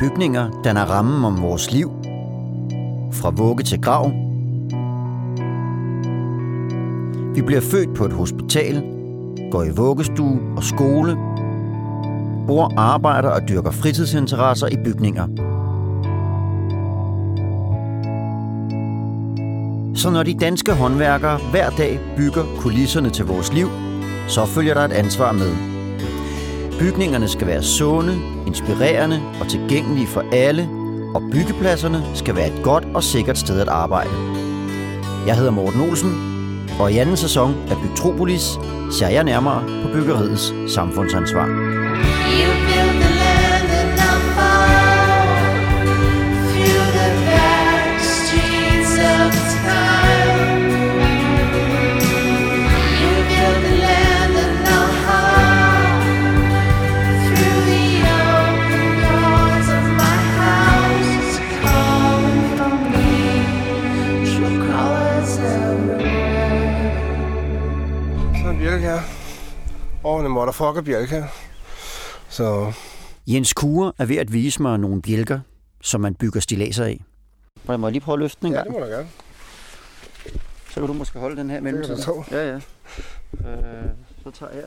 Bygninger danner rammen om vores liv. Fra vugge til grav. Vi bliver født på et hospital, går i vuggestue og skole, bor, arbejder og dyrker fritidsinteresser i bygninger. Så når de danske håndværkere hver dag bygger kulisserne til vores liv, så følger der et ansvar med. Bygningerne skal være sunde, inspirerende og tilgængelige for alle, og byggepladserne skal være et godt og sikkert sted at arbejde. Jeg hedder Morten Olsen, og i anden sæson af Bygtropolis ser jeg nærmere på byggeriets samfundsansvar. Årene motherfucker-bjælke. Så Jens Kure er ved at vise mig nogle bjælker, som man bygger stiladser af. Må jeg lige prøve at løfte den en gang? Ja, det må du gerne. Så kan du måske holde den her mellem til. Ja. Så tager jeg.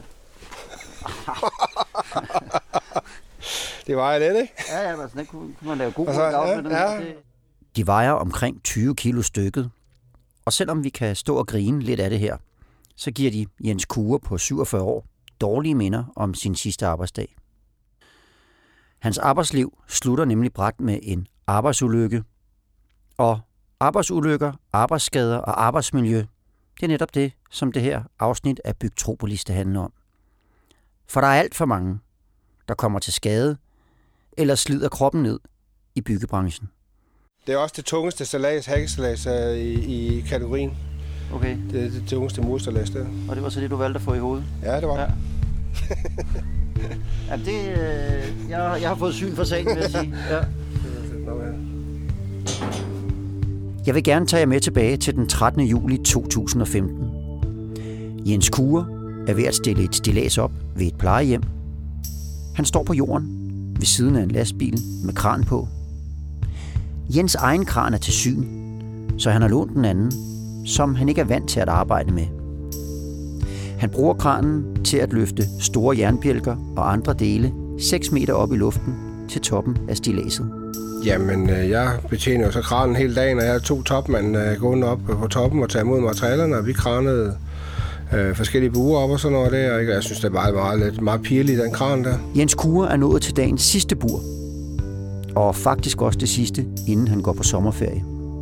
Det var lidt, ikke? Ja, men sådan kunne man lave god med den her. De vejer omkring 20 kilo stykket. Og selvom vi kan stå og grine lidt af det her, så giver de Jens Kure på 47 år dårlige minder om sin sidste arbejdsdag. Hans arbejdsliv slutter nemlig brat med en arbejdsulykke. Og arbejdsulykker, arbejdsskader og arbejdsmiljø, det er netop det, som det her afsnit af Bygtropolis handler om. For der er alt for mange, der kommer til skade eller slider kroppen ned i byggebranchen. Det er også det tungeste hakkesalas i kategorien. Okay. Det er det tungeste mursalas der. Og det var så det, du valgte at få i hovedet? Ja, det var. Ja. Jamen det, jeg har fået syn for sagen, vil jeg sige. Ja. Jeg vil gerne tage jer med tilbage til den 13. juli 2015. Jens Kure er ved at stille et stillads op ved et plejehjem. Han står på jorden ved siden af en lastbil med kran på. Jens egen kran er til syn, så han har lånt den anden, som han ikke er vant til at arbejde med. Han bruger kranen til at løfte store jernbjælker og andre dele 6 meter op i luften til toppen af stilladset. Jamen, jeg betjener jo så kranen hele dagen, og jeg har 2 topmænd gående op på toppen og tager imod materialerne, og vi kranede forskellige buer op og sådan noget der. Jeg synes, det er meget pirligt, den kran der. Jens Kure er nået til dagens sidste bur, og faktisk også det sidste, inden han går på sommerferie.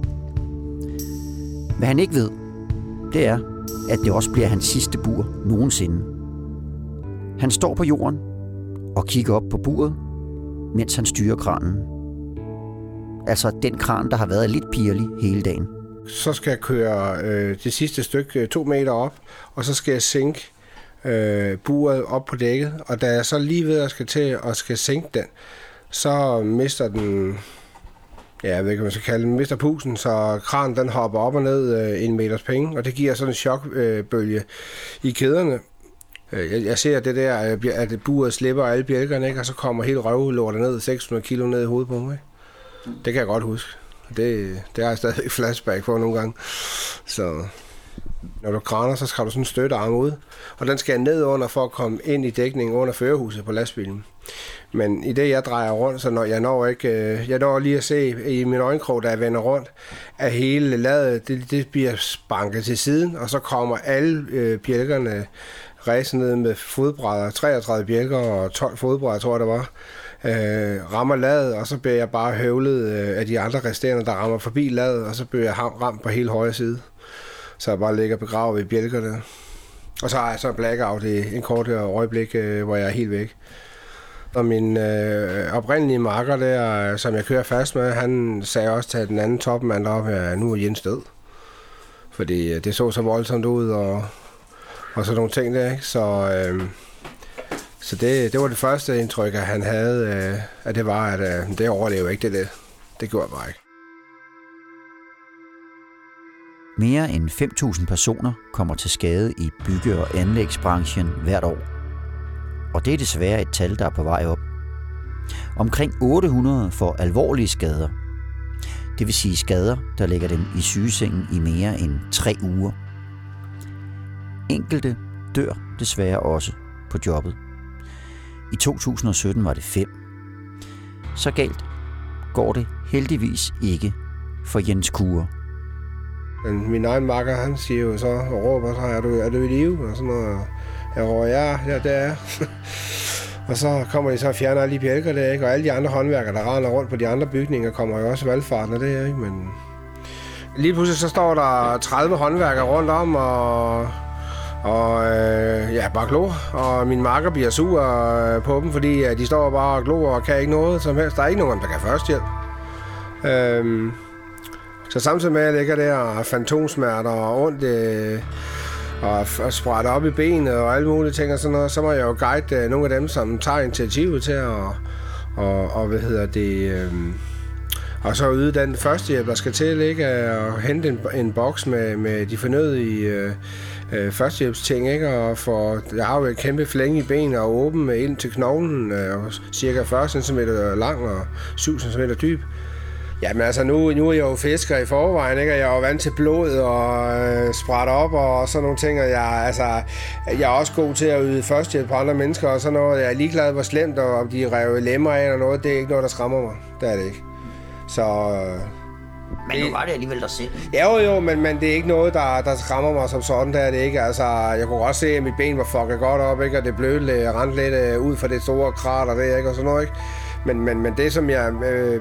Hvad han ikke ved, det er, at det også bliver hans sidste bur nogensinde. Han står på jorden og kigger op på buret, mens han styrer kranen. Altså den kran, der har været lidt pirlig hele dagen. Så skal jeg køre det sidste stykke 2 meter op, og så skal jeg sænke buret op på dækket. Og da jeg så lige ved, at jeg skal til at skal sænke den, så mister den... Ja, jeg ved ikke, hvad man skal kalde den. Mister pusen, så kranen den hopper op og ned 1 meters penge, og det giver sådan en chokbølge i kæderne. Jeg ser det der, at buret slipper alle bjælkerne, ikke? Og så kommer helt røvlortet ned, 600 kilo ned i hovedet på mig. Det kan jeg godt huske. Det har jeg stadig flashback for nogle gange. Så når du kraner, så skal du sådan en støttearm ud, og den skal ned under for at komme ind i dækningen under førerhuset på lastbilen. Men i det, jeg drejer rundt, så jeg når lige at se i min øjenkrog, da jeg vender rundt, at hele ladet, det bliver banket til siden, og så kommer alle bjælkerne ræsen ned med fodbrædder, 33 bjælker og 12 fodbrædder, tror jeg det var, rammer ladet, og så bliver jeg bare høvlet af de andre resterende, der rammer forbi ladet, og så bliver jeg ramt på hele højre side. Så jeg bare ligger begravet i bjælker der. Og så har jeg så en blackout i en kort øjeblik, hvor jeg er helt væk. Og min oprindelige makker der, som jeg kører fast med, han sagde også til den anden topmand op, at nu er Jens død. Fordi det så voldsomt ud, og sådan nogle ting der, ikke? Så det var det første indtryk, at han havde, at det var, at det overlever ikke det. Det gjorde jeg bare ikke. Mere end 5.000 personer kommer til skade i bygge- og anlægsbranchen hvert år. Og det er desværre et tal, der er på vej op. Omkring 800 får alvorlige skader. Det vil sige skader, der lægger dem i sygesengen i mere end 3 uger. Enkelte dør desværre også på jobbet. I 2017 var det 5. Så galt går det heldigvis ikke for Jens Kure. Min egen makker, han siger jo så og råber så, er du i live? Og sådan noget. Jeg råber, ja, det er jeg. Og så kommer de så og fjerner alle de bjælker der, ikke? Og alle de andre håndværkere, der render rundt på de andre bygninger, kommer jo også valgfarten af det, ikke? Men lige pludselig så står der 30 håndværkere rundt om, bare glor. Og min makker bliver sur på dem, fordi de står bare og glor og kan ikke noget som helst. Der er ikke nogen, der kan førstehjælp. Så samtidig med, at jeg ligger der og fantomsmerter og ondt og sprætter op i benet og alle mulige ting og sådan noget, så må jeg jo guide nogle af dem, som tager initiativet til og så yde den førstehjælp, der skal til, ikke? Og hente en boks med de fornødige førstehjælpsting, ikke? Og jeg har jo et kæmpe flænge i benet og åben ind til knoglen, cirka 40 cm lang og 7 cm dyb. Jamen altså, nu er jeg jo fisker i forvejen, ikke? Og jeg er jo vant til blod og sprætte op og sådan nogle ting, og jeg er også god til at yde førstehjælp på andre mennesker og sådan noget. Jeg er ligeglad, hvor slemt, og om de rev lemmer af eller noget, det er ikke noget, der skræmmer mig. Det er det ikke. Så... Men nu var det alligevel der selv. Jo, men det er ikke noget, der skræmmer mig som sådan, der er det ikke. Altså, jeg kunne også se, at mit ben var fucket godt op, ikke? Og det blødte rent lidt ud fra det store krater der, ikke? Og sådan noget, ikke? Men det, som jeg,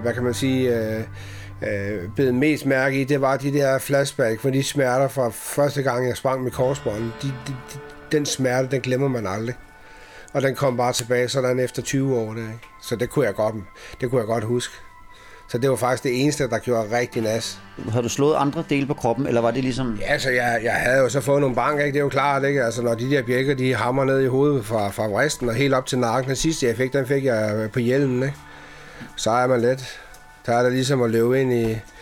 bed mest mærke i, det var de der flashback, for de smerter fra første gang, jeg sprang med korsbånd. Den smerte, den glemmer man aldrig. Og den kom bare tilbage sådan efter 20 år. Der, ikke? Så det kunne jeg godt huske. Så det var faktisk det eneste, der gjorde rigtig nas. Har du slået andre dele på kroppen, eller var det ligesom... Ja, så jeg havde jo så fået nogle bank, ikke? Det er jo klart, ikke? Altså, når de der bjælker, de hammer ned i hovedet fra vristen og helt op til nakken. Den sidste, jeg fik, den fik jeg på hjelmen, ikke? Så er man let. Der er det ligesom at løbe ind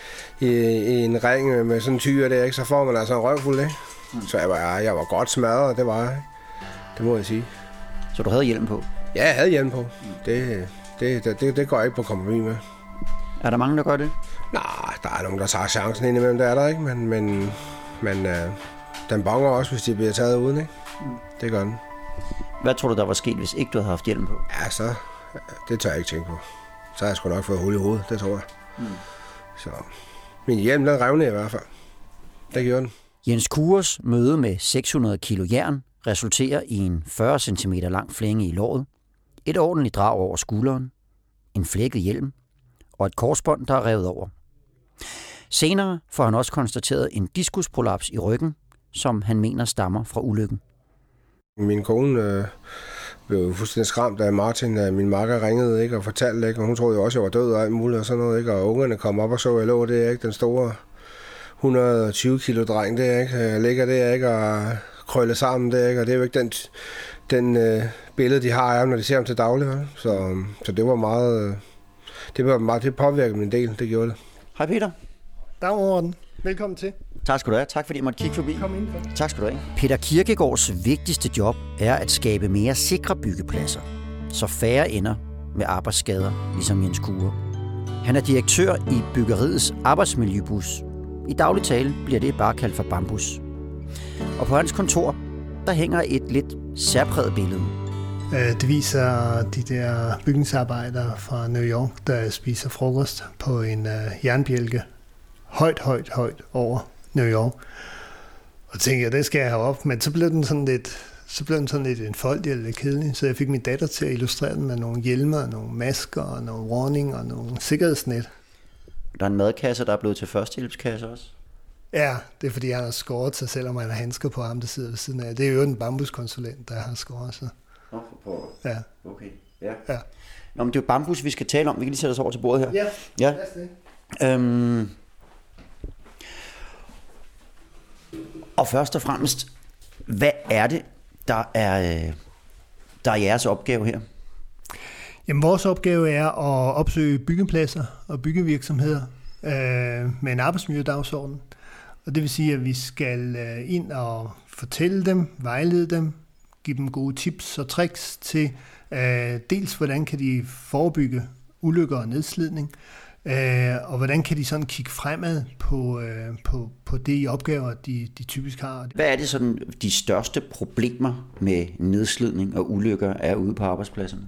i en ring med sådan en tyre der, ikke? Så får man altså en røvfuld, ikke? Så jeg var godt smadret, det var jeg. Det må jeg sige. Så du havde hjelm på? Ja, jeg havde hjelm på. Det går jeg ikke på kompromis med. Er der mange, der gør det? Nej, der er nogen, der tager chancen indimellem, det er der ikke, men den bonger også, hvis de bliver taget uden, ikke? Det gør den. Hvad tror du, der var sket, hvis ikke du havde haft hjelm på? Ja, så det tør jeg ikke tænke på. Så har jeg sgu nok fået hul i hovedet, det tror jeg. Så min hjelm, den revnede i hvert fald. Det gjorde den. Jens Kures møde med 600 kilo jern resulterer i en 40 cm lang flænge i låret, et ordentligt drag over skulderen, en flækket hjelm og et korsbånd, der er revet over. Senere får han også konstateret en diskusprolaps i ryggen, som han mener stammer fra ulykken. Min kone blev fuldstændig skræmt, da Martin, min makker, ringede, ikke, og fortalte, ikke, og hun troede jo også, at jeg var død og alt muligt og sådan noget, ikke, og ungerne kom op og så, jeg lå der, ikke, den store 120 kilo dreng der, ikke, jeg ligger der, ikke, og krøller sammen der, ikke, og det er jo ikke den billede, de har af ham, når de ser ham til daglig, vel? Så det var meget, det påvirkede min del, det gjorde det. Hej Peter. Dag Morten. Velkommen til. Tak skal du have. Tak fordi jeg måtte kigge forbi. Kom indenfor. Tak skal du have. Peter Kirkegaards vigtigste job er at skabe mere sikre byggepladser, så færre ender med arbejdsskader, ligesom Jens Kure. Han er direktør i byggeriets arbejdsmiljøbus. I daglig tale bliver det bare kaldt for Bambus. Og på hans kontor, der hænger et lidt særpræget billede. Det viser de der bygningsarbejdere fra New York, der spiser frokost på en jernbjælke højt over New York. Og tænkte jeg, det skal jeg have op, men så blev den sådan lidt enfoldig eller lidt kedelig, så jeg fik min datter til at illustrere den med nogle hjelmer, nogle masker, og nogle warning og nogle sikkerhedsnet. Der er en madkasse, der er blevet til førstehjælpskasse også. Ja, det er fordi, han har skåret sig, selvom han har handsker på ham, der sidder ved siden af. Det er jo en bambuskonsulent, der har skåret sig. Ja. Okay. Ja. Nå, men det er jo bambus, vi skal tale om. Vi kan lige sætte os over til bordet her. Ja. Og først og fremmest, hvad er det, der er jeres opgave her? Jamen, vores opgave er at opsøge byggepladser og byggevirksomheder med en arbejdsmiljødagsorden. Og det vil sige, at vi skal ind og fortælle dem, vejlede dem, give dem gode tips og tricks til Dels hvordan kan de forebygge ulykker og nedslidning, og hvordan kan de sådan kigge fremad på de opgaver, de typisk har. Hvad er det sådan de største problemer med nedslidning og ulykker er ude på arbejdspladserne?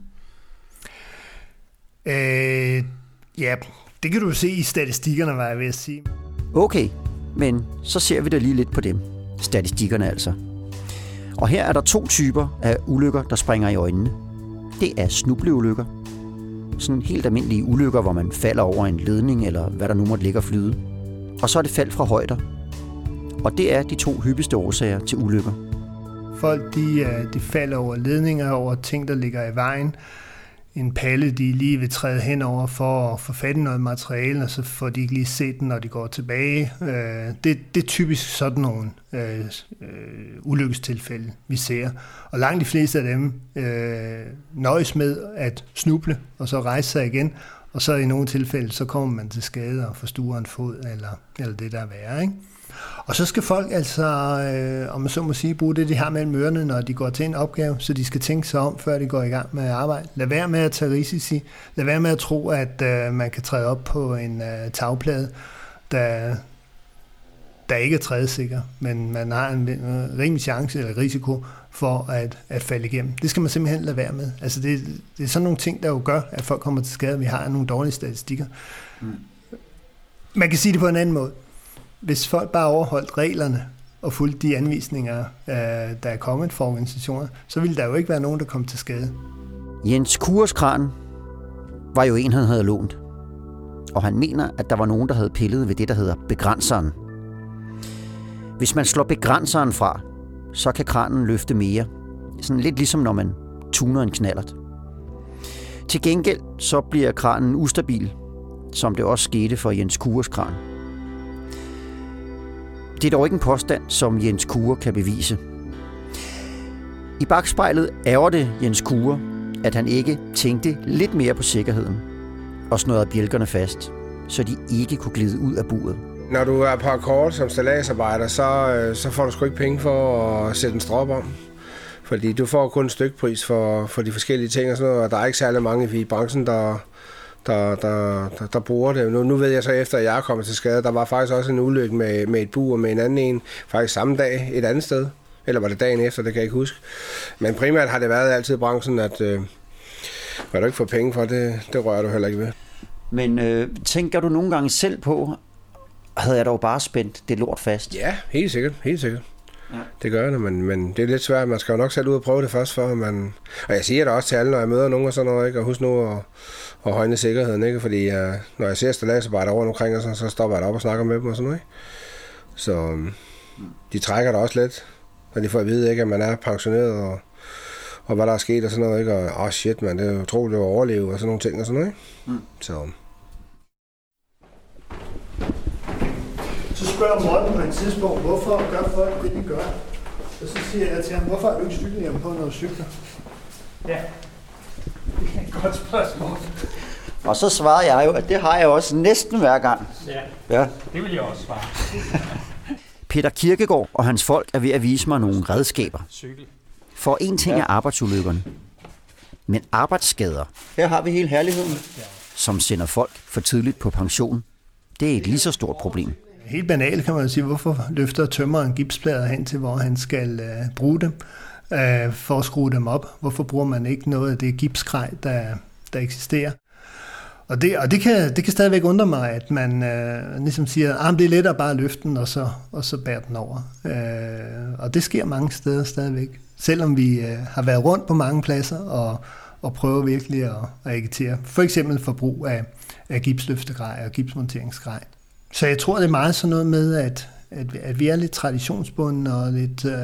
Ja, det kan du se i statistikkerne, var jeg ved at sige. Okay, men så ser vi da lige lidt på dem. Statistikkerne altså. Og her er der 2 typer af ulykker, der springer i øjnene. Det er snubleulykker. Sådan helt almindelige ulykker, hvor man falder over en ledning, eller hvad der nu måtte ligge og flyde. Og så er det fald fra højder. Og det er de 2 hyppigste årsager til ulykker. Folk de falder over ledninger, over ting, der ligger i vejen. En palle, de lige vil træde henover for at få fat i noget materiale, og så får de ikke lige set den, når de går tilbage. Det er typisk sådan nogle ulykkestilfælde, vi ser. Og langt de fleste af dem nøjes med at snuble, og så rejse sig igen. Og så i nogle tilfælde, så kommer man til skade og forstuer en fod, eller det der er værre, ikke? Og så skal folk altså, om man så må sige, bruge det, de har mellem ørerne, når de går til en opgave, så de skal tænke sig om, før de går i gang med at arbejde. Lad være med at tage risici. Lad være med at tro, at man kan træde op på en tagplade, der ikke er trædesikker, men man har en rimelig chance eller risiko for at falde igennem. Det skal man simpelthen lade være med. Altså det er sådan nogle ting, der jo gør, at folk kommer til skade. Vi har nogle dårlige statistikker. Man kan sige det på en anden måde. Hvis folk bare overholdt reglerne og fulgte de anvisninger, der er kommet fra organisationer, så ville der jo ikke være nogen, der kom til skade. Jens Kures kran var jo en, han havde lånt. Og han mener, at der var nogen, der havde pillet ved det, der hedder begrænseren. Hvis man slår begrænseren fra, så kan kranen løfte mere. Sådan lidt ligesom når man tuner en knallert. Til gengæld så bliver kranen ustabil, som det også skete for Jens Kures kran. Det er dog ikke en påstand, som Jens Kure kan bevise. I bakspejlet ærger det Jens Kure, at han ikke tænkte lidt mere på sikkerheden og snørrede bjælkerne fast, så de ikke kunne glide ud af buret. Når du er på akkord som stilladsarbejder, så får du sgu ikke penge for at sætte en strop om. Fordi du får kun en stykpris for de forskellige ting og sådan noget, og der er ikke særlig mange i branchen, der bruger det. Nu ved jeg så efter, at jeg er kommet til skade, der var faktisk også en ulykke med et bur med en anden en, faktisk samme dag et andet sted. Eller var det dagen efter, det kan jeg ikke huske. Men primært har det været altid i branchen, at hvad du ikke får penge for, det rører du heller ikke ved. Men tænker du nogle gange selv på, havde jeg dog bare spændt det lort fast? Ja, helt sikkert. Ja. Det gør det, men det er lidt svært. Man skal jo nok selv ud og prøve det først, før man... Og jeg siger det også til alle, når jeg møder nogen og sådan noget, ikke? Og husk nu at højne sikkerheden, ikke? Fordi når jeg ser stilladsarbejder over omkring, så stopper jeg op og snakker med dem og sådan noget, ikke? Så de trækker der også lidt, når de får at vide, ikke, at man er pensioneret, og hvad der er sket og sådan noget, ikke? Og shit, man, det er utroligt at overleve og sådan nogle ting og sådan noget, ikke? Så spørger Morten på et tidspunkt, hvorfor gør folk det, de gør? Og så siger jeg til ham, hvorfor har du ikke cykelhjelm på, når du cykler? Ja, det er et godt spørgsmål. Og så svarer jeg jo, at det har jeg også næsten hver gang. Ja. Det vil jeg også svare. Peter Kirkegaard og hans folk er ved at vise mig nogle redskaber. For en ting er arbejdsulykkerne, men arbejdsskader. Her har vi hele herligheden, som sender folk for tidligt på pension. Det er et lige så stort problem. Helt banalt kan man sige, hvorfor løfter tømmeren gipsplader hen til, hvor han skal bruge dem, for at skrue dem op. Hvorfor bruger man ikke noget af det gipskrej, der eksisterer? Og det kan stadigvæk undre mig, at man ligesom siger, at det er lettere bare at løfte den, og så bære den over. Og det sker mange steder stadigvæk. Selvom vi har været rundt på mange pladser og prøver virkelig at agitere. For eksempel for brug af gipsløftegrej og gipsmonteringsgrej. Så jeg tror, det er meget sådan noget med, at vi er lidt traditionsbundne og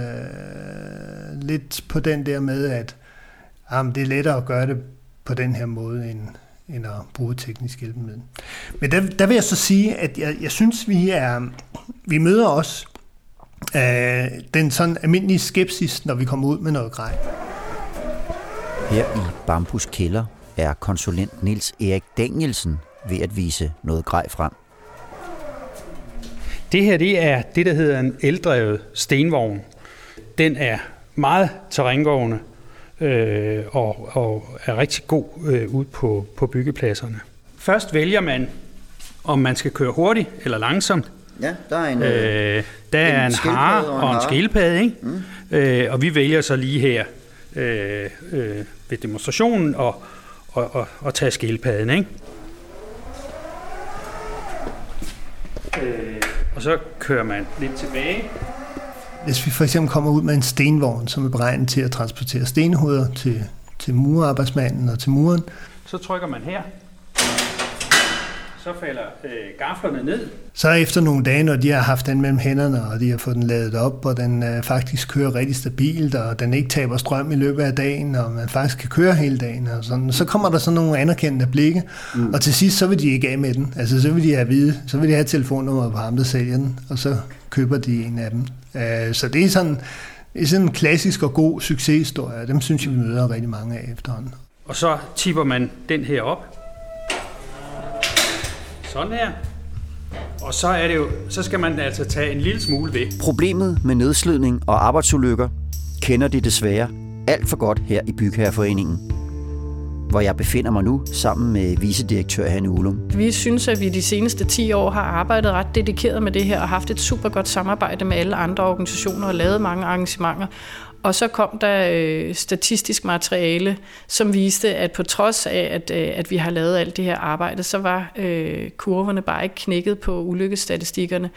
lidt på den der med, at det er lettere at gøre det på den her måde, end at bruge teknisk hjælpemiddel. Men der vil jeg så sige, at jeg synes, vi møder også den sådan almindelige skepsis, når vi kommer ud med noget grej. Her i Bambus Kælder er konsulent Niels Erik Danielsen ved at vise noget grej frem. Det her, det er det, der hedder en eldrevet stenvogn. Den er meget terrængående, og er rigtig god ud på byggepladserne. Først vælger man, om man skal køre hurtigt eller langsomt. Ja, der er en hare og en skildpadde, ikke? Og vi vælger så lige her ved demonstrationen og tage skildpadden, ikke? Og så kører man lidt tilbage. Hvis vi for eksempel kommer ud med en stenvogn, som er beregnet til at transportere stenhoveder til murarbejdsmanden og til muren, så trykker man her. Så falder gaflerne ned. Så efter nogle dage, når de har haft den mellem hænderne, og de har fået den ladet op, og den faktisk kører rigtig stabilt, og den ikke taber strøm i løbet af dagen, og man faktisk kan køre hele dagen, og sådan, så kommer der sådan nogle anerkendte blikke, og til sidst, så vil de ikke af med den. Altså, så vil de have vide, så vil de have telefonnummer på ham, der sælger den, og så køber de en af dem. Så det er sådan en klassisk og god succeshistorie, dem synes jeg, vi møder rigtig mange af efterhånden. Og så tipper man den her op. Sådan her. Og så skal man altså tage en lille smule ved. Problemet med nedslidning og arbejdsulykker kender de desværre alt for godt her i Bygherreforeningen, hvor jeg befinder mig nu sammen med vicedirektør Hanne Ullum. Vi synes, at vi de seneste 10 år har arbejdet ret dedikeret med det her og haft et super godt samarbejde med alle andre organisationer og lavet mange arrangementer. Og så kom der statistisk materiale, som viste, at på trods af, at vi har lavet alt det her arbejde, så var kurverne bare ikke knækket på ulykkesstatistikkerne.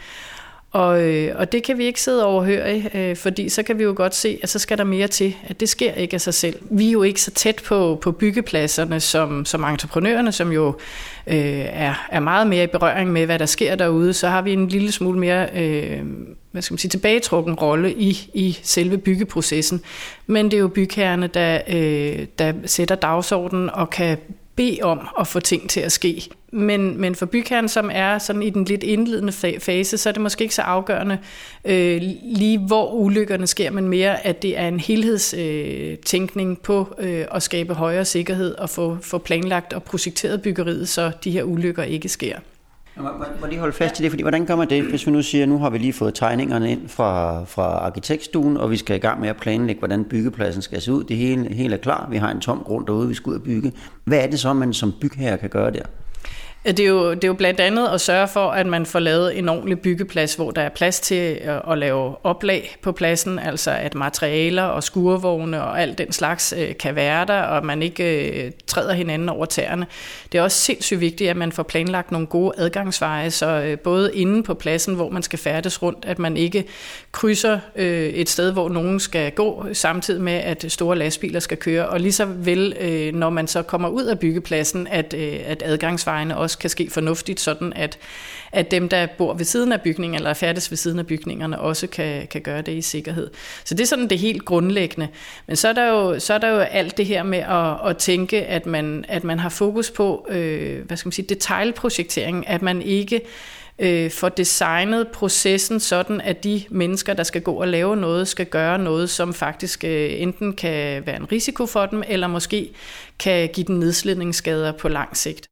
Og det kan vi ikke sidde overhøre, fordi så kan vi jo godt se, at så skal der mere til, at det sker ikke af sig selv. Vi er jo ikke så tæt på byggepladserne som entreprenørerne, som jo er meget mere i berøring med, hvad der sker derude. Så har vi en lille smule mere tilbagetrukken rolle i selve byggeprocessen. Men det er jo bygherrerne, der sætter dagsordenen og kan bede om at få ting til at ske. Men for bygherren, som er sådan i den lidt indledende fase, så er det måske ikke så afgørende lige hvor ulykkerne sker, men mere at det er en helhedstænkning på at skabe højere sikkerhed og få planlagt og projekteret byggeriet, så de her ulykker ikke sker. Må lige holde fast i det, fordi hvordan gør man det, hvis vi nu siger, nu har vi lige fået tegningerne ind fra arkitektstuen, og vi skal i gang med at planlægge, hvordan byggepladsen skal se ud. Det hele er klar. Vi har en tom grund derude, vi skal ud og bygge. Hvad er det så, man som bygherre kan gøre der? Det er jo blandt andet at sørge for, at man får lavet en ordentlig byggeplads, hvor der er plads til at lave oplag på pladsen, altså at materialer og skurvogne og alt den slags kan være der, og man ikke træder hinanden over tæerne. Det er også sindssygt vigtigt, at man får planlagt nogle gode adgangsveje, så både inde på pladsen, hvor man skal færdes rundt, at man ikke krydser et sted, hvor nogen skal gå, samtidig med, at store lastbiler skal køre, og lige så vel, når man så kommer ud af byggepladsen, at adgangsvejene også kan ske fornuftigt, sådan at dem, der bor ved siden af bygningen, eller færdes ved siden af bygningerne, også kan gøre det i sikkerhed. Så det er sådan det helt grundlæggende. Men så er der jo alt det her med at tænke, at man har fokus på detailprojektering, at man ikke får designet processen sådan, at de mennesker, der skal gå og lave noget, skal gøre noget, som faktisk enten kan være en risiko for dem, eller måske kan give dem nedslidningsskader på lang sigt.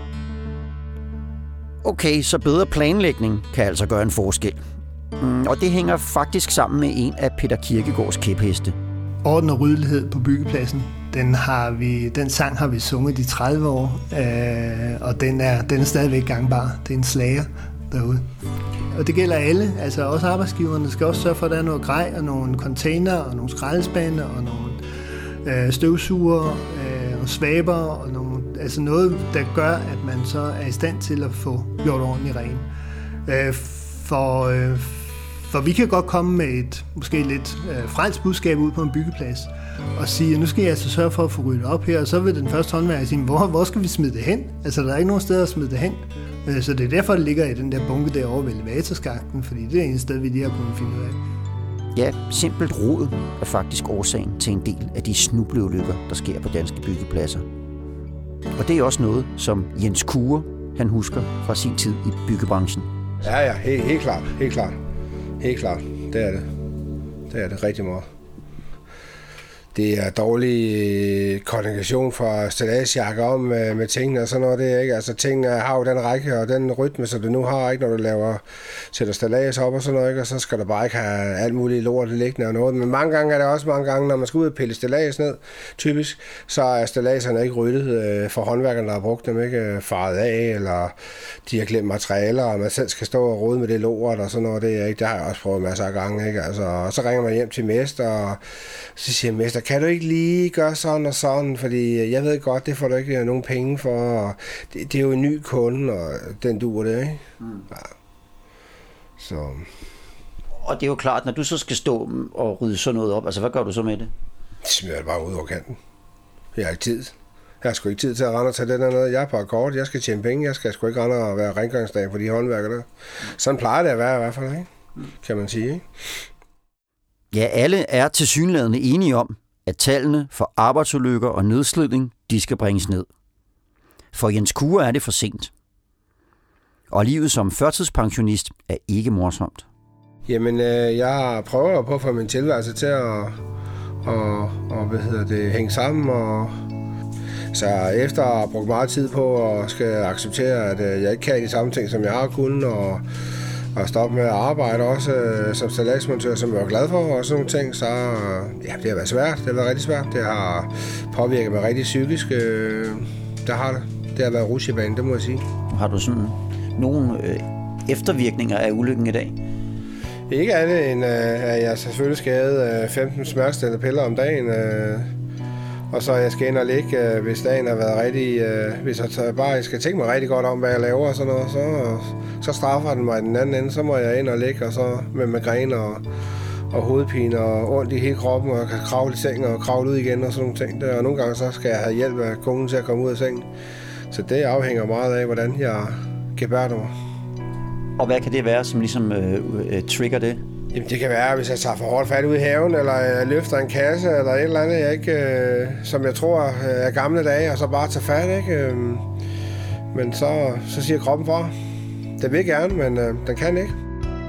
Okay, så bedre planlægning kan altså gøre en forskel. Og det hænger faktisk sammen med en af Peter Kirkegaards kæpheste. Orden og ryddelighed på byggepladsen, den sang har vi sunget i 30 år, og den er stadigvæk gangbar. Det er en slager derude. Og det gælder alle, altså også arbejdsgiverne skal også sørge for, at der er noget grej og nogle container og nogle skraldespande og nogle støvsuger og svaber og nogle, altså noget, der gør, at man så er i stand til at få gjort ordentligt ren. For vi kan godt komme med et måske lidt fransk budskab ud på en byggeplads og sige, at nu skal jeg altså sørge for at få ryddet op her, og så vil den første håndværker sige, hvor skal vi smide det hen? Altså, der er ikke nogen steder at smide det hen. Så det er derfor, det ligger i den der bunke derovre ved elevatorskakten, fordi det er en sted, vi lige har kunnet finde ud af. Ja, simpelt rod er faktisk årsagen til en del af de snubleulykker, der sker på danske byggepladser. Og det er også noget, som Jens Kure, han husker fra sin tid i byggebranchen. Ja, helt klart. Helt klart. Det er det rigtig meget. det er dårlig koordination for stilladsjakker om med tingene og sådan noget. Det er ikke. Altså tingene har jo den række og den rytme, så du nu har, ikke, når du sætter stillads op og sådan noget, ikke? Og så skal du bare ikke have alt muligt lort liggende og noget. Men mange gange er det også når man skal ud og pille stillads ned, typisk, så er stilladserne ikke ryddet for håndværkerne, der har brugt dem, ikke faret af, eller de har glemt materialer, og man selv skal stå og rode med det lort og sådan noget. Det er ikke. Det har jeg også prøvet masser af gange, ikke? Altså, og så ringer man hjem til mester, og så siger mester, kan du ikke lige gøre sådan og sådan, fordi jeg ved godt, det får du ikke nogen penge for, og det er jo en ny kunde, og den duer det, ikke? Ja. Så. Og det er jo klart, når du så skal stå og rydde sådan noget op, altså hvad gør du så med det? Smører det bare ud over kanten. Jeg har ikke tid. Jeg har sgu ikke tid til at rende og tage det der noget. Jeg er på akkord, jeg skal tjene penge, jeg skal sgu ikke rende og være rengøringsdag for de håndværker der. Sådan plejer det at være i hvert fald, ikke? Kan man sige, ikke? Ja, alle er tilsyneladende enige om, at tallene for arbejdsulykker og nedslidning, de skal bringes ned. For Jens Kure er det for sent. Og livet som førtidspensionist er ikke morsomt. Jamen, jeg prøver på at få min tilværelse til at hænge sammen. Og så efter at have brugt meget tid på at skal acceptere, at jeg ikke kan de samme ting, som jeg har kunnet, og stoppe med at arbejde også som stilladsmontør, som jeg er glad for, og sådan nogle ting, så ja, det har været svært. Det har været rigtig svært. Det har påvirket mig rigtig psykisk. Det har været rutsjebane, det må jeg sige. Har du sådan nogle eftervirkninger af ulykken i dag? Ikke andet end, at jeg selvfølgelig skal have 15 smertestillende piller om dagen, og så jeg skal ind og ligge, hvis dagen har været rigtig, hvis jeg bare skal tænke mig rigtig godt om, hvad jeg laver og sådan noget, så straffer den mig i den anden ende, så må jeg ind og ligge, og så med migræne og hovedpine og ondt i hele kroppen, og jeg kan kravle i sengen og kravle ud igen og sådan nogle ting. Og nogle gange så skal jeg have hjælp af konen til at komme ud af sengen. Så det afhænger meget af, hvordan jeg gebærder mig. Og hvad kan det være, som ligesom trigger det? Jamen, det kan være, hvis jeg tager for hårdt fat ud i haven, eller jeg løfter en kasse, eller et eller andet, jeg ikke, som jeg tror er gamle dage, og så bare tager fat, ikke? Men så siger kroppen fra. Den vil gerne, men den kan ikke.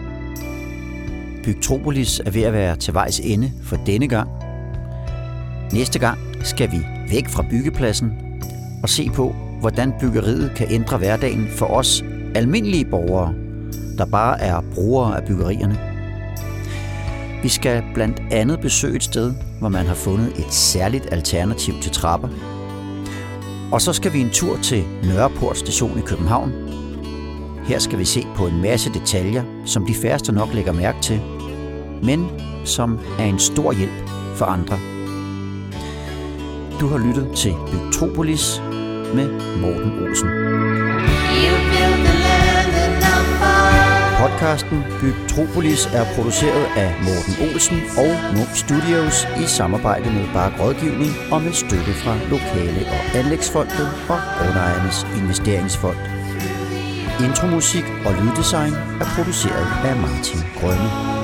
Bygtropolis er ved at være til vejs ende for denne gang. Næste gang skal vi væk fra byggepladsen og se på, hvordan byggeriet kan ændre hverdagen for os almindelige borgere, der bare er brugere af byggerierne. Vi skal blandt andet besøge et sted, hvor man har fundet et særligt alternativ til trapper. Og så skal vi en tur til Nørreport station i København. Her skal vi se på en masse detaljer, som de færreste nok lægger mærke til, men som er en stor hjælp for andre. Du har lyttet til Bygtropolis med Morten Olsen. Podcasten Bygtropolis er produceret af Morten Olsen og Munk Studios i samarbejde med Bark Rådgivning og med støtte fra Lokale- og Anlægsfondet og Grundejernes Investeringsfond. Intromusik og lyddesign er produceret af Martin Grønne.